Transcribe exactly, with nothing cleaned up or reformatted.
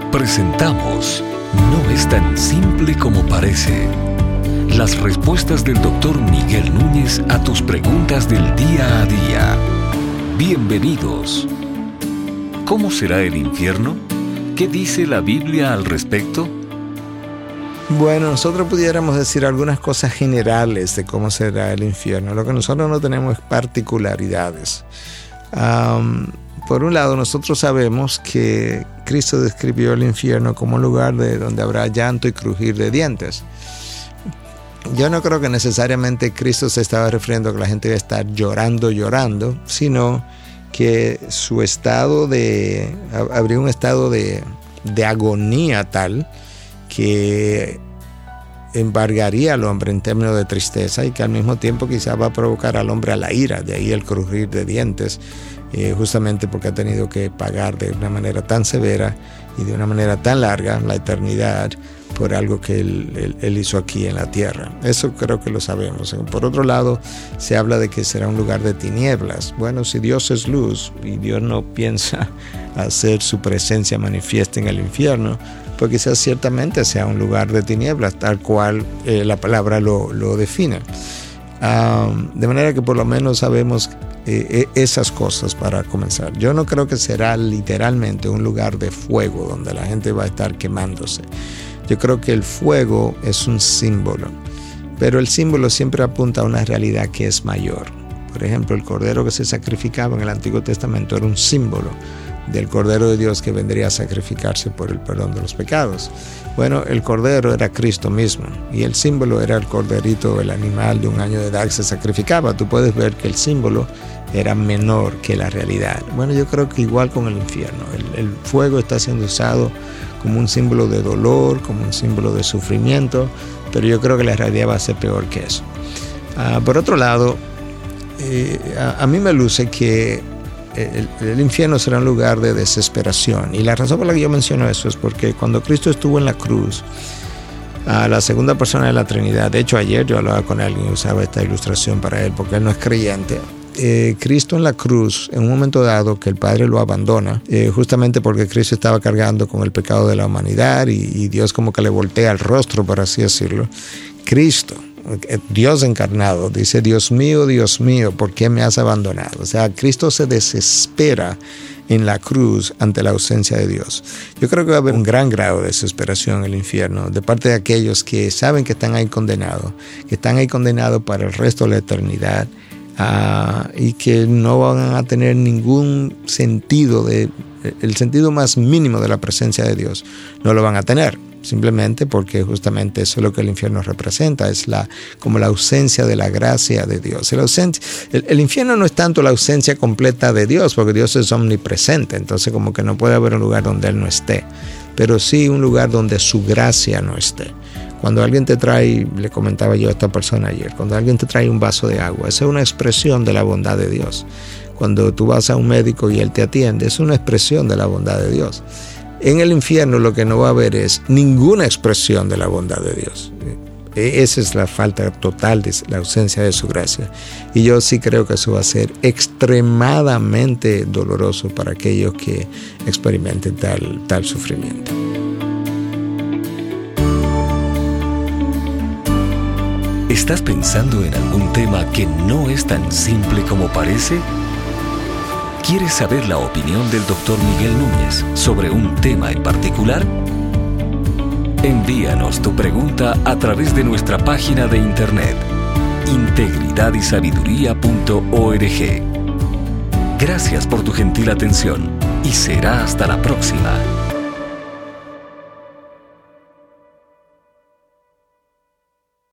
Presentamos No es tan simple como parece. Las respuestas del doctor Miguel Núñez a tus preguntas del día a día. Bienvenidos. ¿Cómo será el infierno? ¿Qué dice la Biblia al respecto? Bueno, nosotros pudiéramos decir algunas cosas generales de cómo será el infierno. Lo que nosotros no tenemos es particularidades. Um, por un lado, nosotros sabemos que Cristo describió el infierno como un lugar de donde habrá llanto y crujir de dientes. Yo no creo que necesariamente Cristo se estaba refiriendo a que la gente iba a estar llorando, llorando, sino que su estado de... habría un estado de, de agonía tal que embargaría al hombre en términos de tristeza y que al mismo tiempo quizás va a provocar al hombre a la ira, de ahí el crujir de dientes, eh, justamente porque ha tenido que pagar de una manera tan severa y de una manera tan larga la eternidad por algo que él, él, él hizo aquí en la tierra. Eso creo que lo sabemos. Por otro lado, se habla de que será un lugar de tinieblas. Bueno, si Dios es luz y Dios no piensa hacer su presencia manifiesta en el infierno, pues quizás ciertamente sea un lugar de tinieblas, tal cual eh, la palabra lo, lo define. Um, de manera que por lo menos sabemos eh, esas cosas para comenzar. Yo no creo que será literalmente un lugar de fuego donde la gente va a estar quemándose. Yo creo que el fuego es un símbolo, pero el símbolo siempre apunta a una realidad que es mayor. Por ejemplo, el cordero que se sacrificaba en el Antiguo Testamento era un símbolo del Cordero de Dios que vendría a sacrificarse por el perdón de los pecados. Bueno, el Cordero era Cristo mismo y el símbolo era el corderito, el animal de un año de edad que se sacrificaba. Tú puedes ver que el símbolo era menor que la realidad. Bueno, yo creo que igual con el infierno. El, el fuego está siendo usado como un símbolo de dolor, como un símbolo de sufrimiento, pero yo creo que la realidad va a ser peor que eso. Uh, por otro lado, eh, a, a mí me luce que El, el infierno será un lugar de desesperación. Y la razón por la que yo menciono eso es porque cuando Cristo estuvo en la cruz, a la segunda persona de la Trinidad, de hecho ayer yo hablaba con alguien y usaba esta ilustración para él porque él no es creyente. Eh, Cristo en la cruz, en un momento dado que el Padre lo abandona, eh, justamente porque Cristo estaba cargando con el pecado de la humanidad y, y Dios como que le voltea el rostro, por así decirlo. Cristo, Dios encarnado, dice: Dios mío, Dios mío, ¿por qué me has abandonado? O sea, Cristo se desespera en la cruz ante la ausencia de Dios. Yo creo que va a haber un gran grado de desesperación en el infierno de parte de aquellos que saben que están ahí condenados, que están ahí condenados para el resto de la eternidad, uh, y que no van a tener ningún sentido, de, el sentido más mínimo de la presencia de Dios, no lo van a tener. Simplemente porque justamente eso es lo que el infierno representa, es la, como la ausencia de la gracia de Dios. El, ausencia, el, el infierno no es tanto la ausencia completa de Dios, porque Dios es omnipresente, entonces como que no puede haber un lugar donde Él no esté, pero sí un lugar donde su gracia no esté. Cuando alguien te trae, le comentaba yo a esta persona ayer, cuando alguien te trae un vaso de agua, esa es una expresión de la bondad de Dios. Cuando tú vas a un médico y Él te atiende, es una expresión de la bondad de Dios. En el infierno lo que no va a haber es ninguna expresión de la bondad de Dios. Esa es la falta total de la ausencia de su gracia. Y yo sí creo que eso va a ser extremadamente doloroso para aquellos que experimenten tal, tal sufrimiento. ¿Estás pensando en algún tema que no es tan simple como parece? ¿Quieres saber la opinión del doctor Miguel Núñez sobre un tema en particular? Envíanos tu pregunta a través de nuestra página de internet integridad y sabiduría punto org. Gracias por tu gentil atención y será hasta la próxima.